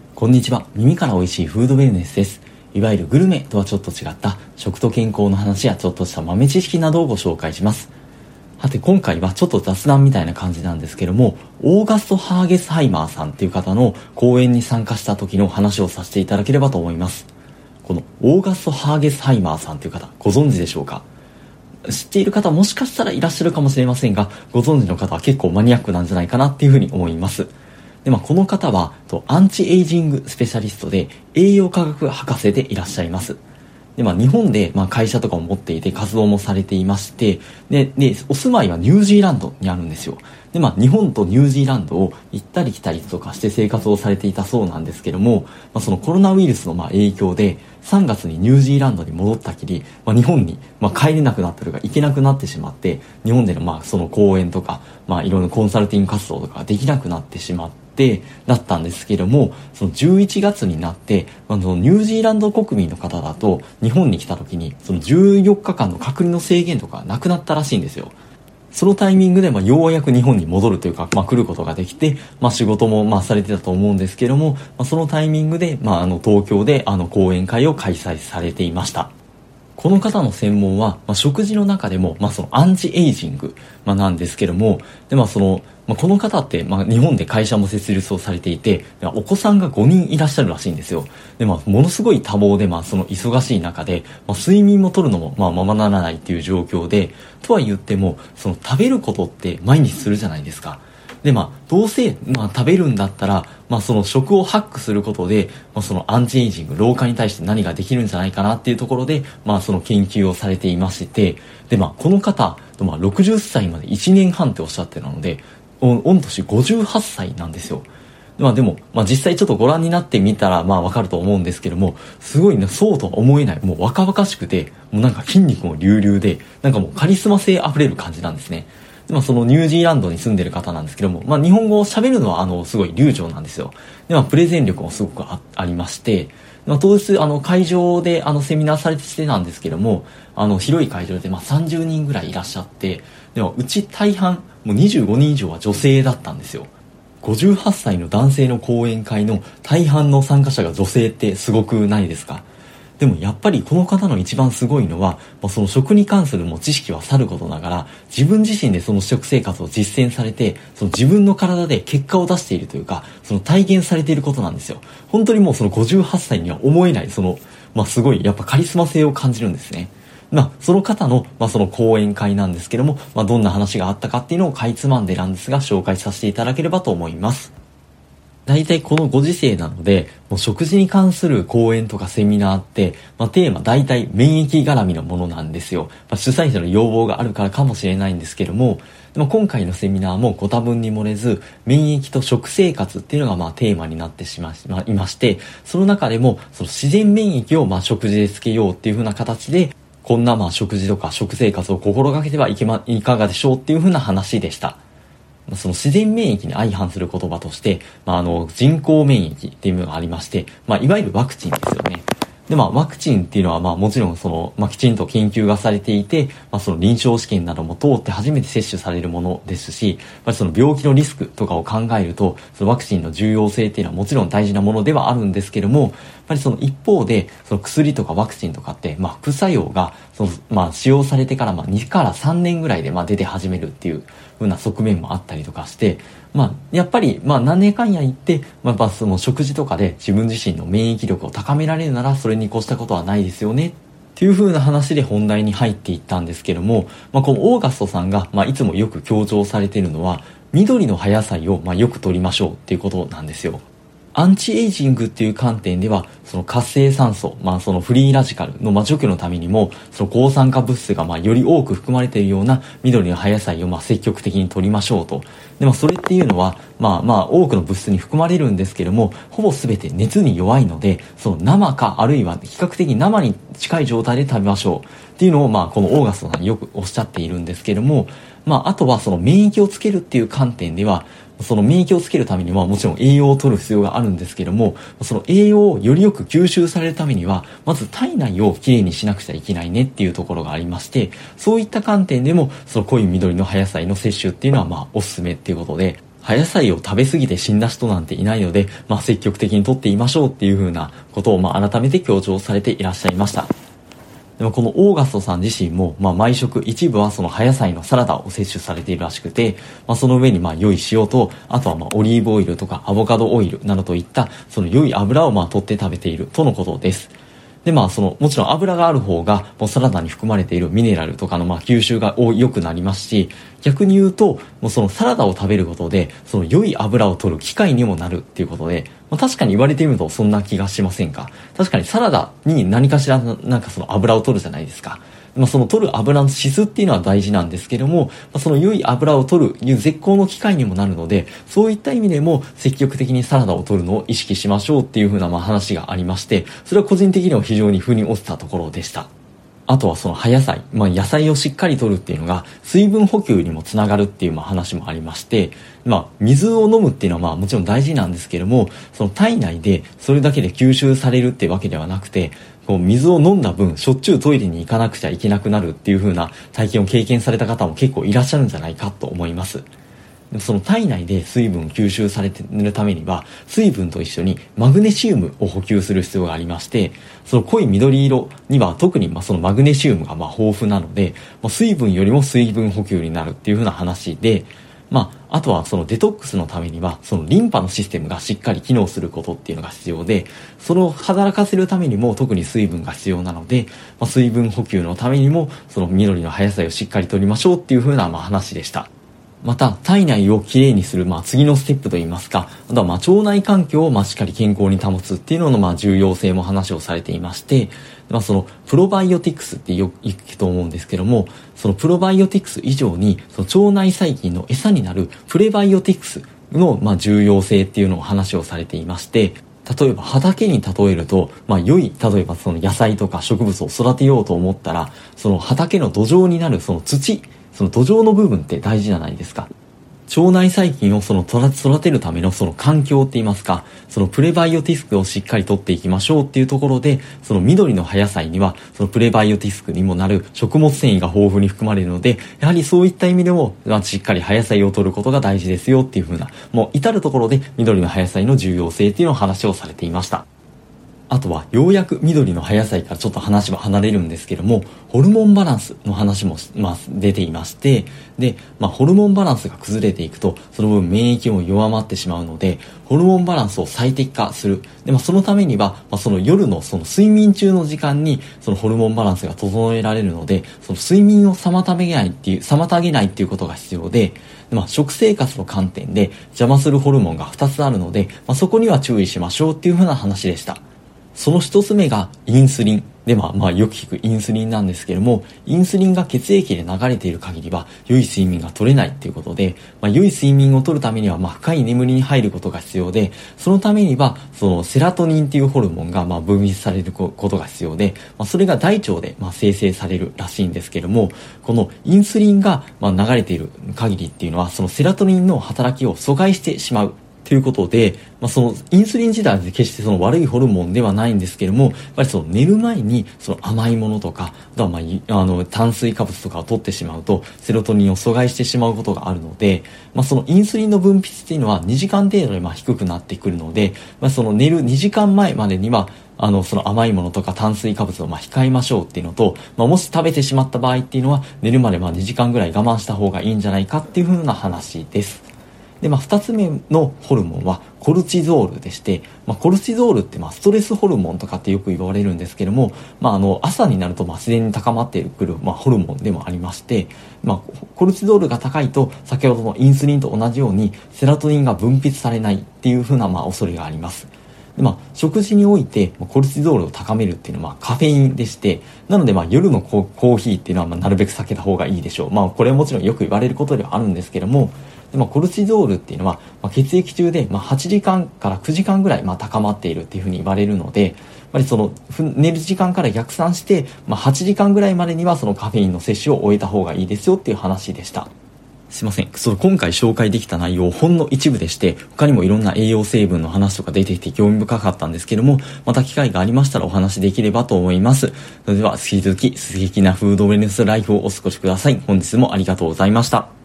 こんにちは。耳から美味しいフードウェルネスです。いわゆるグルメとはちょっと違った食と健康の話やちょっとした豆知識などをご紹介します。さて今回はちょっと雑談みたいな感じなんですけども、オーガスト・ハーゲスハイマーさんっていう方の講演に参加した時の話をさせていただければと思います。このオーガスト・ハーゲスハイマーさんという方ご存知でしょうか？知っている方もしかしたらいらっしゃるかもしれませんが、ご存知の方は結構マニアックなんじゃないかなっていうふうに思います。で、この方はアンチエイジングスペシャリストで栄養科学博士でいらっしゃいます。で、日本で会社とかを持っていて活動もされていまして、でお住まいはニュージーランドにあるんですよ。で、日本とニュージーランドを行ったり来たりとかして生活をされていたそうなんですけども、そのコロナウイルスの影響で3月にニュージーランドに戻ったきり、日本に帰れなくなったとか行けなくなってしまって、日本でのその講演とかいろいろコンサルティング活動とかできなくなってしまってだったんですけども、その11月になってニュージーランド国民の方だと日本に来た時にその14日間の隔離の制限とかなくなったらしいんですよ。そのタイミングでようやく日本に戻るというか、来ることができて、仕事もされてたと思うんですけども、そのタイミングで東京で講演会を開催されていました。この方の専門は、食事の中でも、そのアンチエイジング、なんですけども、で、この方って、日本で会社も設立をされていて、お子さんが5人いらっしゃるらしいんですよ。で、ものすごい多忙で、その忙しい中で、睡眠もとるのも、ままならないっていう状況で、とは言っても、その食べることって毎日するじゃないですか。で、どうせ、食べるんだったら、その食をハックすることで、そのアンチエイジング、老化に対して何ができるんじゃないかなっていうところで、その研究をされていまして、で、この方、60歳まで1年半っておっしゃってたので、御年58歳なんですよ。でも、実際ちょっとご覧になってみたら、わかると思うんですけども、すごいね、そうとは思えない、もう若々しくて、もう筋肉も隆々で、もうカリスマ性溢れる感じなんですね。そのニュージーランドに住んでる方なんですけども、日本語を喋るのはすごい流暢なんですよ。で、プレゼン力もすごく ありまして、当日会場でセミナーされてしてたんですけども、広い会場で30人ぐらいいらっしゃって、でもうち大半もう25人以上は女性だったんですよ。58歳の男性の講演会の大半の参加者が女性ってすごくないですか？でもやっぱりこの方の一番すごいのは、その食に関する知識はさることながら、自分自身でその食生活を実践されて、その自分の体で結果を出しているというか、その体現されていることなんですよ。本当にもうその58歳には思えない、その、すごいやっぱカリスマ性を感じるんですね。その方の、その講演会なんですけども、どんな話があったかっていうのをかいつまんでなんですが、紹介させていただければと思います。大体このご時世なので、もう食事に関する講演とかセミナーって、テーマ大体免疫絡みのものなんですよ。主催者の要望があるからかもしれないんですけども、でも今回のセミナーもご多分に漏れず、免疫と食生活っていうのがテーマになっていまして、その中でもその自然免疫を食事でつけようっていう風な形で、こんな食事とか食生活を心がけてはいかがでしょうっていう風な話でした。その自然免疫に相反する言葉として、人工免疫っていうのがありまして、いわゆるワクチンですよね。で、ワクチンっていうのは、もちろんきちんと研究がされていて、その臨床試験なども通って初めて接種されるものですし、その病気のリスクとかを考えると、そのワクチンの重要性っていうのはもちろん大事なものではあるんですけども、やっぱりその一方で、その薬とかワクチンとかって、副作用が、使用されてから2から3年ぐらいで出て始めるっていう風な側面もあったりとかして、やっぱり、何年間や言って、その食事とかで自分自身の免疫力を高められるなら、それに越したことはないですよね。っていう風な話で本題に入っていったんですけども、このオーガストさんが、いつもよく強調されているのは、緑の葉野菜を、よく摂りましょうっていうことなんですよ。アンチエイジングっていう観点では、その活性酸素、そのフリーラジカルの除去のためにも、その抗酸化物質がより多く含まれているような緑の葉野菜を積極的に摂りましょうと。で、それっていうのは、多くの物質に含まれるんですけども、ほぼ全て熱に弱いので、その生かあるいは比較的生に近い状態で食べましょうっていうのを、このオーガストさんよくおっしゃっているんですけども、あとはその免疫をつけるっていう観点では、その免疫をつけるためにはもちろん栄養を取る必要があるんですけども、その栄養をよりよく吸収されるためには、まず体内をきれいにしなくちゃいけないねっていうところがありまして、そういった観点でも、その濃い緑の葉野菜の摂取っていうのはおすすめっていうことで、 葉野菜を食べ過ぎて死んだ人なんていないので、積極的に摂っていましょうっていう風なことを改めて強調されていらっしゃいました。でもこのオーガストさん自身も、毎食一部はその葉野菜のサラダを摂取されているらしくて、その上に良い塩と、あとはオリーブオイルとかアボカドオイルなどといったその良い油を取って食べているとのことです。でもちろん油がある方がもうサラダに含まれているミネラルとかの吸収が良くなりますし、逆に言うともうそのサラダを食べることでその良い油を取る機会にもなるっていうことで、確かに言われてみるとそんな気がしませんか。確かにサラダに何かしらなんかその油を取るじゃないですか。その取る油の質っていうのは大事なんですけども、その良い油を取る絶好の機会にもなるので、そういった意味でも積極的にサラダを取るのを意識しましょうっていう風な話がありまして、それは個人的には非常に腑に落ちたところでした。あとはその葉野菜、野菜をしっかり摂るっていうのが水分補給にもつながるっていう話もありまして、水を飲むっていうのはもちろん大事なんですけども、その体内でそれだけで吸収されるってわけではなくて、水を飲んだ分しょっちゅうトイレに行かなくちゃいけなくなるっていう風な体験を経験された方も結構いらっしゃるんじゃないかと思います。その体内で水分吸収されているためには、水分と一緒にマグネシウムを補給する必要がありまして、その濃い緑色には特にそのマグネシウムが豊富なので、水分よりも水分補給になるっていう風な話で、あとはそのデトックスのためにはそのリンパのシステムがしっかり機能することっていうのが必要で、それを働かせるためにも特に水分が必要なので、水分補給のためにもその緑の葉野菜をしっかり摂りましょうっていう風な話でした。また体内をきれいにする次のステップといいますか、あとは腸内環境をしっかり健康に保つっていうのの重要性も話をされていまして、そのプロバイオティクスってよく言うと思うんですけども、そのプロバイオティクス以上にその腸内細菌の餌になるプレバイオティクスの重要性っていうのを話をされていまして、例えば畑に例えると、例えばその野菜とか植物を育てようと思ったら、その畑の土壌になるその土、その土壌の部分って大事じゃないですか。腸内細菌を育てるためのその環境って言いますか、そのプレバイオティスクをしっかり取っていきましょうっていうところで、その緑の葉野菜にはそのプレバイオティスクにもなる食物繊維が豊富に含まれるので、やはりそういった意味でもしっかり葉野菜を取ることが大事ですよっていう風な、もう至るところで緑の葉野菜の重要性っていうのを話をされていました。あとはようやく緑の葉野菜からちょっと話は離れるんですけども、ホルモンバランスの話も出ていまして、で、ホルモンバランスが崩れていくとその分免疫も弱まってしまうので、ホルモンバランスを最適化する。で、そのためにはその夜のその睡眠中の時間にそのホルモンバランスが整えられるので、その睡眠を妨げないっていうことが必要で、食生活の観点で邪魔するホルモンが2つあるので、そこには注意しましょうっていう風な話でした。その一つ目がインスリンで、よく聞くインスリンなんですけども、インスリンが血液で流れている限りは良い睡眠が取れないっていうことで、良い睡眠を取るためには深い眠りに入ることが必要で、そのためにはそのセラトニンっていうホルモンが分泌されることが必要で、それが大腸で生成されるらしいんですけども、このインスリンが流れている限りっていうのはそのセラトニンの働きを阻害してしまうということで、そのインスリン自体は決してその悪いホルモンではないんですけども、やっぱりその寝る前にその甘いものとか、あとは炭水化物とかを取ってしまうとセロトニンを阻害してしまうことがあるので、そのインスリンの分泌っていうのは2時間程度で低くなってくるので、その寝る2時間前までにはその甘いものとか炭水化物を控えましょうっていうのと、もし食べてしまった場合っていうのは寝るまで2時間ぐらい我慢した方がいいんじゃないかっていう風な話です。で、二つ目のホルモンはコルチゾールでして、コルチゾールってストレスホルモンとかってよく言われるんですけども、朝になると自然に高まってくるホルモンでもありまして、コルチゾールが高いと先ほどのインスリンと同じようにセラトニンが分泌されないっていう風な恐れがあります。で、食事においてコルチゾールを高めるっていうのはカフェインでして、なので夜のコーヒーっていうのはなるべく避けた方がいいでしょう。これはもちろんよく言われることではあるんですけども、でコルチゾールっていうのは、血液中で8時間から9時間ぐらい高まっているっていうふうに言われるので、やっぱりその寝る時間から逆算して、8時間ぐらいまでにはそのカフェインの摂取を終えた方がいいですよっていう話でした。すいません。今回紹介できた内容ほんの一部でして、他にもいろんな栄養成分の話とか出てきて興味深かったんですけども、また機会がありましたらお話できればと思います。それでは引き続き素敵なフードウェルネスライフをお過ごしください。本日もありがとうございました。